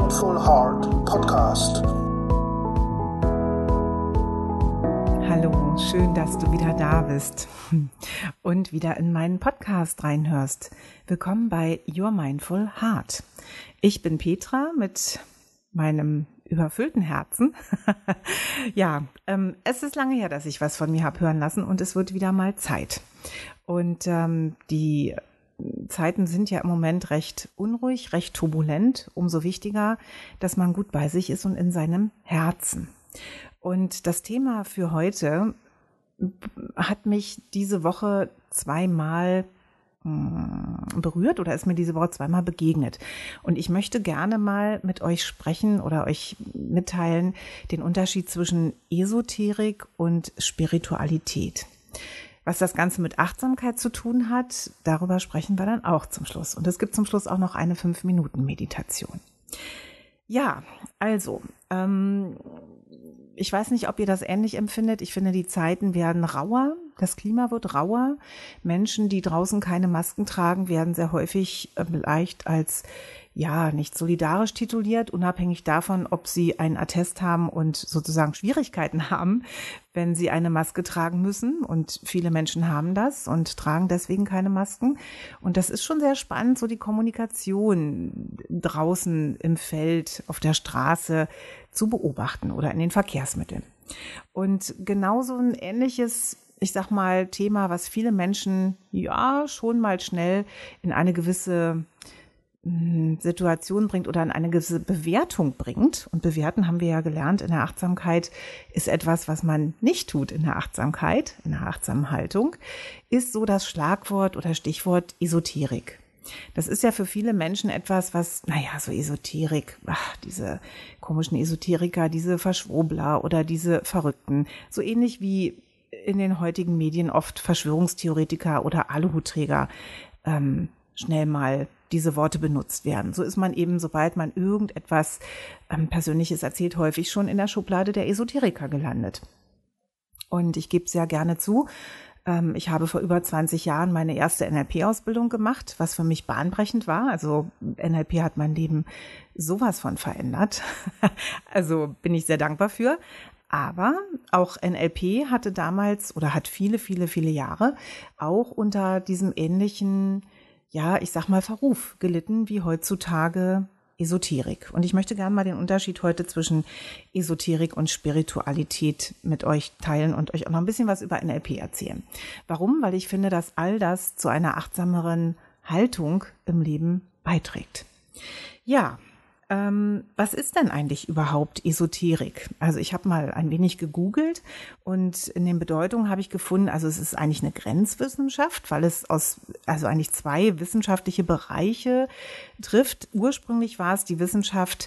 Mindful Heart Podcast. Hallo, schön, dass du wieder da bist und wieder in meinen Podcast reinhörst. Willkommen bei Your Mindful Heart. Ich bin Petra mit meinem überfüllten Herzen. Ja, es ist lange her, dass ich was von mir habe hören lassen und es wird wieder mal Zeit. Und die Zeiten sind ja im Moment recht unruhig, recht turbulent. Umso wichtiger, dass man gut bei sich ist und in seinem Herzen. Und das Thema für heute hat mich diese Woche zweimal berührt oder ist mir diese Woche zweimal begegnet. Und ich möchte gerne mal mit euch sprechen oder euch mitteilen den Unterschied zwischen Esoterik und Spiritualität. Was das Ganze mit Achtsamkeit zu tun hat, darüber sprechen wir dann auch zum Schluss. Und es gibt zum Schluss auch noch eine 5-Minuten-Meditation. Ja, also, ich weiß nicht, ob ihr das ähnlich empfindet. Ich finde, die Zeiten werden rauer. Das Klima wird rauer. Menschen, die draußen keine Masken tragen, werden sehr häufig leicht als nicht solidarisch tituliert, unabhängig davon, ob sie einen Attest haben und sozusagen Schwierigkeiten haben, wenn sie eine Maske tragen müssen. Und viele Menschen haben das und tragen deswegen keine Masken. Und das ist schon sehr spannend, so die Kommunikation draußen im Feld, auf der Straße zu beobachten oder in den Verkehrsmitteln. Und genauso ein ähnliches, ich sag mal, Thema, was viele Menschen schon mal schnell in eine gewisse Situation bringt oder in eine gewisse Bewertung bringt. Und bewerten, haben wir ja gelernt, in der Achtsamkeit ist etwas, was man nicht tut in der Achtsamkeit, in der achtsamen Haltung, ist so das Schlagwort oder Stichwort Esoterik. Das ist ja für viele Menschen etwas, was, so Esoterik, diese komischen Esoteriker, diese Verschwurbler oder diese Verrückten, so ähnlich wie in den heutigen Medien oft Verschwörungstheoretiker oder Aluhutträger schnell mal diese Worte benutzt werden. So ist man eben, sobald man irgendetwas Persönliches erzählt, häufig schon in der Schublade der Esoteriker gelandet. Und ich gebe es ja gerne zu, ich habe vor über 20 Jahren meine erste NLP-Ausbildung gemacht, was für mich bahnbrechend war. Also NLP hat mein Leben sowas von verändert. Also bin ich sehr dankbar für. Aber auch NLP hatte damals oder hat viele, viele, viele Jahre auch unter diesem ähnlichen Verruf gelitten wie heutzutage Esoterik. Und ich möchte gerne mal den Unterschied heute zwischen Esoterik und Spiritualität mit euch teilen und euch auch noch ein bisschen was über NLP erzählen. Warum? Weil ich finde, dass all das zu einer achtsameren Haltung im Leben beiträgt. Ja, was ist denn eigentlich überhaupt Esoterik? Also ich habe mal ein wenig gegoogelt und in den Bedeutungen habe ich gefunden, also es ist eigentlich eine Grenzwissenschaft, weil es eigentlich zwei wissenschaftliche Bereiche trifft. Ursprünglich war es die Wissenschaft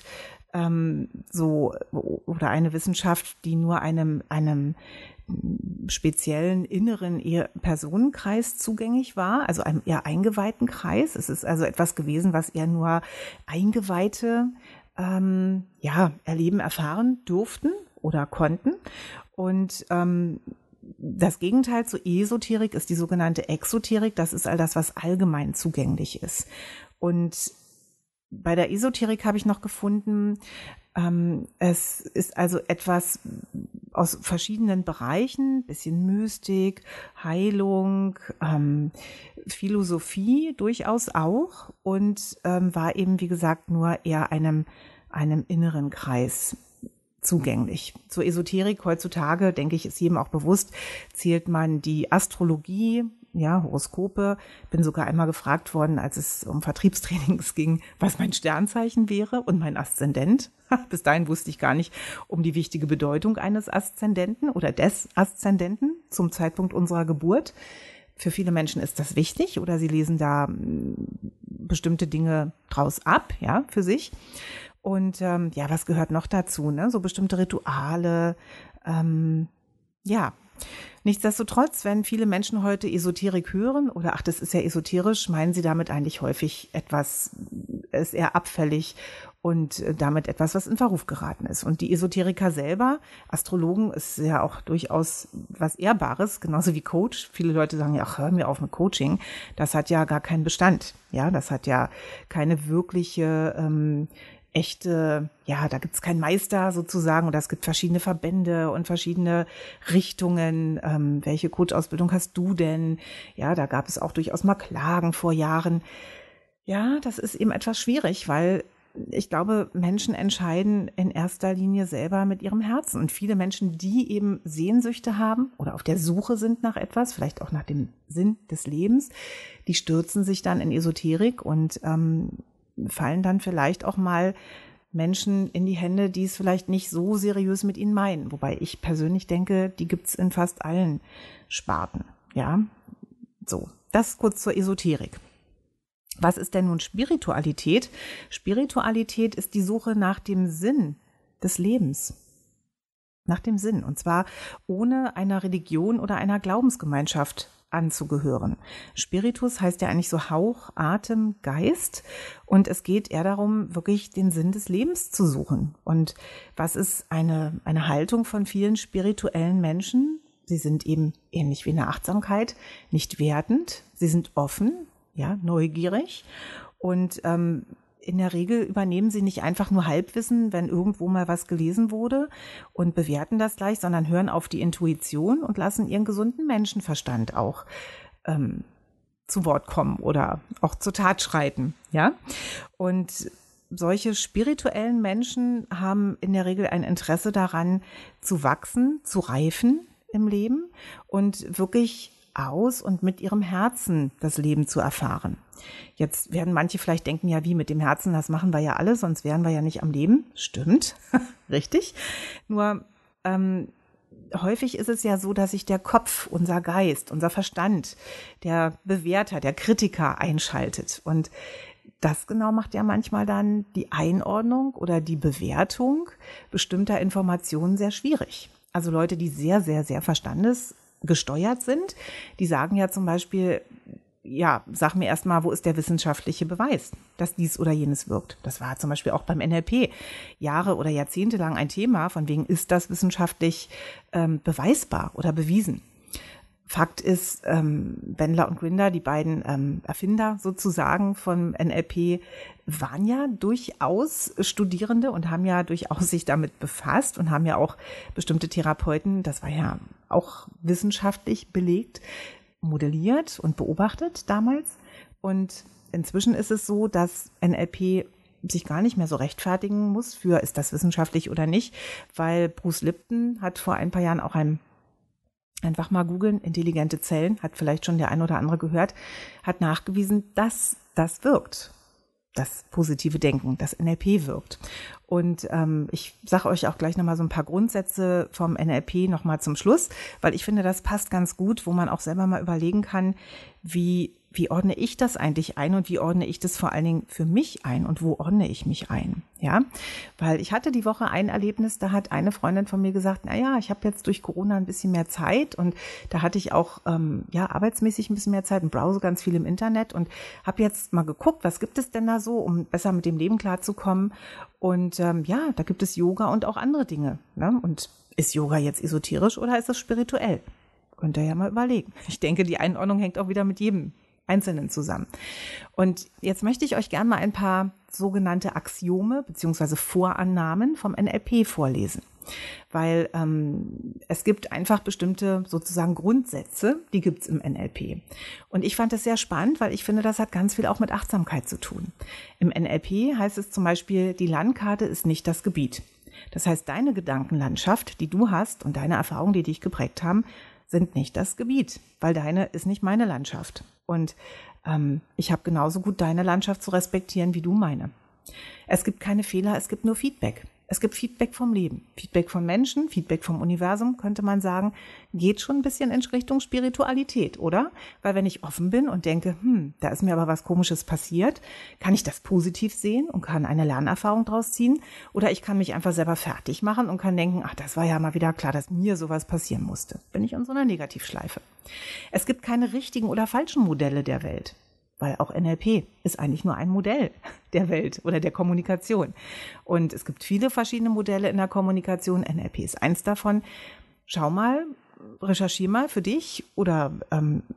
oder eine Wissenschaft, die nur einem speziellen inneren Personenkreis zugänglich war, also einem eher eingeweihten Kreis. Es ist also etwas gewesen, was eher nur Eingeweihte erleben, erfahren durften oder konnten. Und das Gegenteil zu Esoterik ist die sogenannte Exoterik. Das ist all das, was allgemein zugänglich ist. Und bei der Esoterik habe ich noch gefunden, es ist also etwas aus verschiedenen Bereichen, bisschen Mystik, Heilung, Philosophie durchaus auch und war eben, wie gesagt, nur eher einem inneren Kreis zugänglich. Zur Esoterik heutzutage, denke ich, ist jedem auch bewusst, zählt man die Astrologie, Horoskope. Bin sogar einmal gefragt worden, als es um Vertriebstrainings ging, was mein Sternzeichen wäre und mein Aszendent. Bis dahin wusste ich gar nicht um die wichtige Bedeutung eines Aszendenten oder des Aszendenten zum Zeitpunkt unserer Geburt. Für viele Menschen ist das wichtig oder sie lesen da bestimmte Dinge draus ab, für sich. Und was gehört noch dazu? Ne? So bestimmte Rituale, Nichtsdestotrotz, wenn viele Menschen heute Esoterik hören oder das ist ja esoterisch, meinen sie damit eigentlich häufig ist eher abfällig und damit etwas, was in Verruf geraten ist. Und die Esoteriker selber, Astrologen, ist ja auch durchaus was Ehrbares, genauso wie Coach. Viele Leute sagen ja, ach, hör mir auf mit Coaching. Das hat ja gar keinen Bestand. Ja, das hat ja keine wirkliche echte, ja, da gibt's keinen Meister sozusagen oder es gibt verschiedene Verbände und verschiedene Richtungen. Welche Coach-Ausbildung hast du denn? Ja, da gab es auch durchaus mal Klagen vor Jahren. Ja, das ist eben etwas schwierig, weil ich glaube, Menschen entscheiden in erster Linie selber mit ihrem Herzen. Und viele Menschen, die eben Sehnsüchte haben oder auf der Suche sind nach etwas, vielleicht auch nach dem Sinn des Lebens, die stürzen sich dann in Esoterik und fallen dann vielleicht auch mal Menschen in die Hände, die es vielleicht nicht so seriös mit ihnen meinen. Wobei ich persönlich denke, die gibt's in fast allen Sparten. Ja, so. Das kurz zur Esoterik. Was ist denn nun Spiritualität? Spiritualität ist die Suche nach dem Sinn des Lebens. Nach dem Sinn. Und zwar ohne einer Religion oder einer Glaubensgemeinschaft anzugehören. Spiritus heißt ja eigentlich so Hauch, Atem, Geist. Und es geht eher darum, wirklich den Sinn des Lebens zu suchen. Und was ist eine Haltung von vielen spirituellen Menschen? Sie sind eben ähnlich wie eine Achtsamkeit, nicht wertend. Sie sind offen, ja, neugierig. Und in der Regel übernehmen sie nicht einfach nur Halbwissen, wenn irgendwo mal was gelesen wurde und bewerten das gleich, sondern hören auf die Intuition und lassen ihren gesunden Menschenverstand auch zu Wort kommen oder auch zur Tat schreiten. Ja? Und solche spirituellen Menschen haben in der Regel ein Interesse daran, zu wachsen, zu reifen im Leben und wirklich aus und mit ihrem Herzen das Leben zu erfahren. Jetzt werden manche vielleicht denken, ja, wie mit dem Herzen, das machen wir ja alle, sonst wären wir ja nicht am Leben. Stimmt, richtig. Nur häufig ist es ja so, dass sich der Kopf, unser Geist, unser Verstand, der Bewerter, der Kritiker einschaltet. Und das genau macht ja manchmal dann die Einordnung oder die Bewertung bestimmter Informationen sehr schwierig. Also Leute, die sehr, sehr, sehr verstandesgesteuert sind, die sagen ja zum Beispiel, ja, sag mir erstmal, wo ist der wissenschaftliche Beweis, dass dies oder jenes wirkt. Das war zum Beispiel auch beim NLP Jahre oder Jahrzehnte lang ein Thema, von wegen ist das wissenschaftlich beweisbar oder bewiesen. Fakt ist, Bandler und Grinder, die beiden Erfinder sozusagen von NLP, waren ja durchaus Studierende und haben ja durchaus sich damit befasst und haben ja auch bestimmte Therapeuten, das war ja auch wissenschaftlich belegt, modelliert und beobachtet damals. Und inzwischen ist es so, dass NLP sich gar nicht mehr so rechtfertigen muss für, ist das wissenschaftlich oder nicht, weil Bruce Lipton hat vor ein paar Jahren auch einfach mal googeln, intelligente Zellen, hat vielleicht schon der ein oder andere gehört, hat nachgewiesen, dass das wirkt. Das positive Denken, das NLP wirkt. Und ich sage euch auch gleich nochmal so ein paar Grundsätze vom NLP nochmal zum Schluss, weil ich finde, das passt ganz gut, wo man auch selber mal überlegen kann, wie ordne ich das eigentlich ein und wie ordne ich das vor allen Dingen für mich ein und wo ordne ich mich ein, ja? Weil ich hatte die Woche ein Erlebnis, da hat eine Freundin von mir gesagt, naja, ich habe jetzt durch Corona ein bisschen mehr Zeit und da hatte ich auch arbeitsmäßig ein bisschen mehr Zeit und browse ganz viel im Internet und habe jetzt mal geguckt, was gibt es denn da so, um besser mit dem Leben klarzukommen und da gibt es Yoga und auch andere Dinge, ne? Und ist Yoga jetzt esoterisch oder ist das spirituell? Könnt ihr ja mal überlegen. Ich denke, die Einordnung hängt auch wieder mit jedem Einzelnen zusammen. Und jetzt möchte ich euch gerne mal ein paar sogenannte Axiome bzw. Vorannahmen vom NLP vorlesen. Weil es gibt einfach bestimmte sozusagen Grundsätze, die gibt's im NLP. Und ich fand das sehr spannend, weil ich finde, das hat ganz viel auch mit Achtsamkeit zu tun. Im NLP heißt es zum Beispiel, die Landkarte ist nicht das Gebiet. Das heißt, deine Gedankenlandschaft, die du hast und deine Erfahrungen, die dich geprägt haben, sind nicht das Gebiet, weil deine ist nicht meine Landschaft. Und ich habe genauso gut deine Landschaft zu respektieren wie du meine. Es gibt keine Fehler, es gibt nur Feedback. Es gibt Feedback vom Leben, Feedback von Menschen, Feedback vom Universum, könnte man sagen, geht schon ein bisschen in Richtung Spiritualität, oder? Weil wenn ich offen bin und denke, da ist mir aber was Komisches passiert, kann ich das positiv sehen und kann eine Lernerfahrung draus ziehen? Oder ich kann mich einfach selber fertig machen und kann denken, ach, das war ja mal wieder klar, dass mir sowas passieren musste. Bin ich in so einer Negativschleife. Es gibt keine richtigen oder falschen Modelle der Welt. Weil auch NLP ist eigentlich nur ein Modell der Welt oder der Kommunikation. Und es gibt viele verschiedene Modelle in der Kommunikation. NLP ist eins davon. Schau mal, recherchier mal für dich oder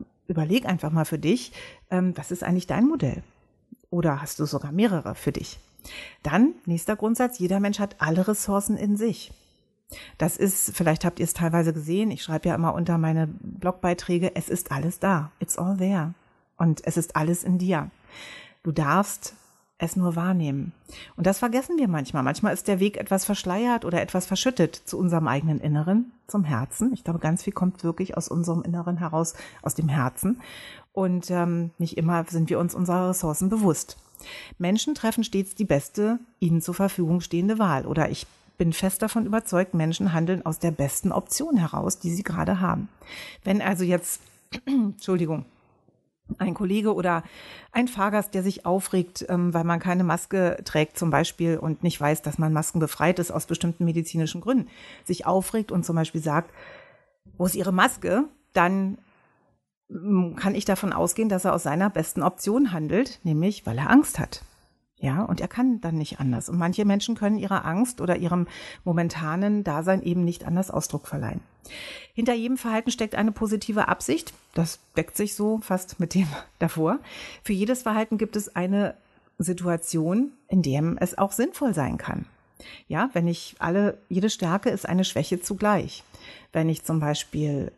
überleg einfach mal für dich, was ist eigentlich dein Modell? Oder hast du sogar mehrere für dich? Dann, nächster Grundsatz, jeder Mensch hat alle Ressourcen in sich. Das ist, vielleicht habt ihr es teilweise gesehen, ich schreibe ja immer unter meine Blogbeiträge, es ist alles da, it's all there. Und es ist alles in dir. Du darfst es nur wahrnehmen. Und das vergessen wir manchmal. Manchmal ist der Weg etwas verschleiert oder etwas verschüttet zu unserem eigenen Inneren, zum Herzen. Ich glaube, ganz viel kommt wirklich aus unserem Inneren heraus, aus dem Herzen. Und nicht immer sind wir uns unserer Ressourcen bewusst. Menschen treffen stets die beste, ihnen zur Verfügung stehende Wahl. Oder ich bin fest davon überzeugt, Menschen handeln aus der besten Option heraus, die sie gerade haben. Wenn also jetzt, Entschuldigung, ein Kollege oder ein Fahrgast, der sich aufregt, weil man keine Maske trägt zum Beispiel und nicht weiß, dass man maskenbefreit ist aus bestimmten medizinischen Gründen, sich aufregt und zum Beispiel sagt, wo ist Ihre Maske? Dann kann ich davon ausgehen, dass er aus seiner besten Option handelt, nämlich weil er Angst hat. Ja, und er kann dann nicht anders. Und manche Menschen können ihrer Angst oder ihrem momentanen Dasein eben nicht anders Ausdruck verleihen. Hinter jedem Verhalten steckt eine positive Absicht. Das deckt sich so fast mit dem davor. Für jedes Verhalten gibt es eine Situation, in der es auch sinnvoll sein kann. Ja, jede Stärke ist eine Schwäche zugleich. Wenn ich zum Beispiel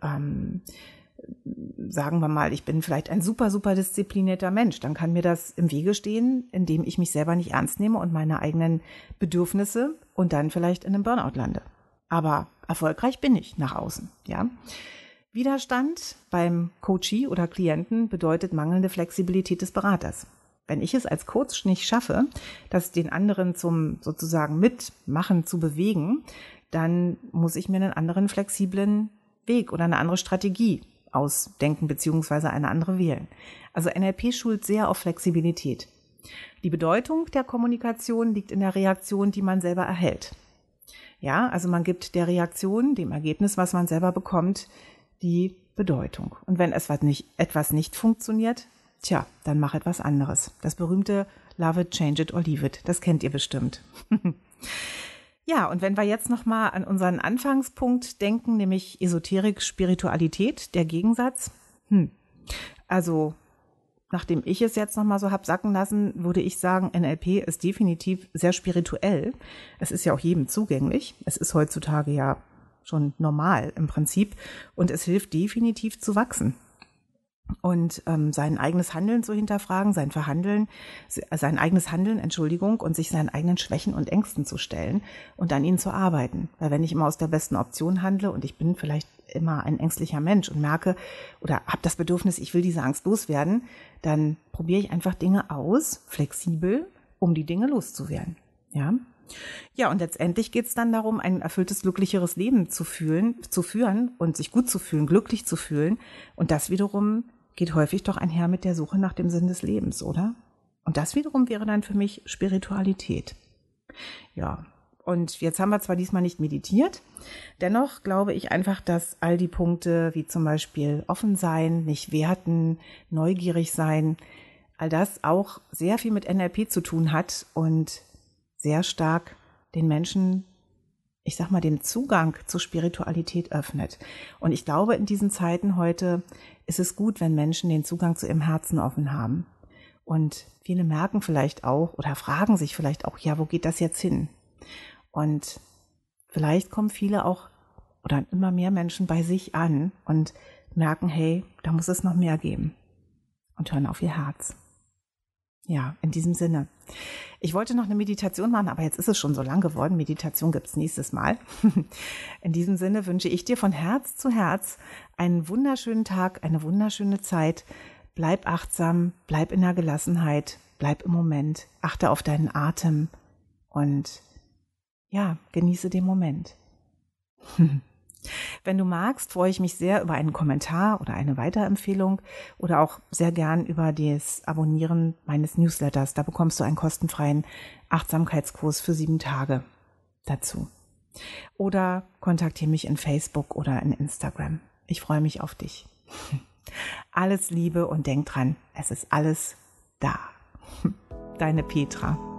sagen wir mal, ich bin vielleicht ein super, super disziplinierter Mensch, dann kann mir das im Wege stehen, indem ich mich selber nicht ernst nehme und meine eigenen Bedürfnisse und dann vielleicht in einem Burnout lande. Aber erfolgreich bin ich nach außen, ja. Widerstand beim Coachee oder Klienten bedeutet mangelnde Flexibilität des Beraters. Wenn ich es als Coach nicht schaffe, das den anderen zum sozusagen Mitmachen zu bewegen, dann muss ich mir einen anderen flexiblen Weg oder eine andere Strategie ausdenken bzw. eine andere wählen. Also NLP schult sehr auf Flexibilität. Die Bedeutung der Kommunikation liegt in der Reaktion, die man selber erhält. Ja, also man gibt der Reaktion, dem Ergebnis, was man selber bekommt, die Bedeutung. Und wenn etwas nicht funktioniert, dann mach etwas anderes. Das berühmte Love it, change it or leave it. Das kennt ihr bestimmt. Ja, und wenn wir jetzt nochmal an unseren Anfangspunkt denken, nämlich Esoterik, Spiritualität, der Gegensatz. Also, nachdem ich es jetzt nochmal so hab sacken lassen, würde ich sagen, NLP ist definitiv sehr spirituell. Es ist ja auch jedem zugänglich. Es ist heutzutage ja schon normal im Prinzip. Und es hilft definitiv zu wachsen. Und sein eigenes Handeln zu hinterfragen, sein eigenes Handeln, und sich seinen eigenen Schwächen und Ängsten zu stellen und an ihnen zu arbeiten. Weil wenn ich immer aus der besten Option handle und ich bin vielleicht immer ein ängstlicher Mensch und merke oder habe das Bedürfnis, ich will diese Angst loswerden, dann probiere ich einfach Dinge aus, flexibel, um die Dinge loszuwerden. Ja, und letztendlich geht es dann darum, ein erfülltes, glücklicheres Leben zu führen und sich gut zu fühlen, glücklich zu fühlen. Und das wiederum geht häufig doch einher mit der Suche nach dem Sinn des Lebens, oder? Und das wiederum wäre dann für mich Spiritualität. Ja, und jetzt haben wir zwar diesmal nicht meditiert, dennoch glaube ich einfach, dass all die Punkte, wie zum Beispiel offen sein, nicht werten, neugierig sein, all das auch sehr viel mit NLP zu tun hat und sehr stark den Menschen, ich sag mal, den Zugang zur Spiritualität öffnet. Und ich glaube, in diesen Zeiten heute ist es gut, wenn Menschen den Zugang zu ihrem Herzen offen haben. Und viele merken vielleicht auch oder fragen sich vielleicht auch, ja, wo geht das jetzt hin? Und vielleicht kommen viele auch oder immer mehr Menschen bei sich an und merken, hey, da muss es noch mehr geben. Und hören auf ihr Herz. Ja, in diesem Sinne. Ich wollte noch eine Meditation machen, aber jetzt ist es schon so lang geworden. Meditation gibt's nächstes Mal. In diesem Sinne wünsche ich dir von Herz zu Herz einen wunderschönen Tag, eine wunderschöne Zeit. Bleib achtsam, bleib in der Gelassenheit, bleib im Moment, achte auf deinen Atem und ja, genieße den Moment. Wenn du magst, freue ich mich sehr über einen Kommentar oder eine Weiterempfehlung oder auch sehr gern über das Abonnieren meines Newsletters. Da bekommst du einen kostenfreien Achtsamkeitskurs für 7 Tage dazu. Oder kontaktiere mich in Facebook oder in Instagram. Ich freue mich auf dich. Alles Liebe und denk dran, es ist alles da. Deine Petra.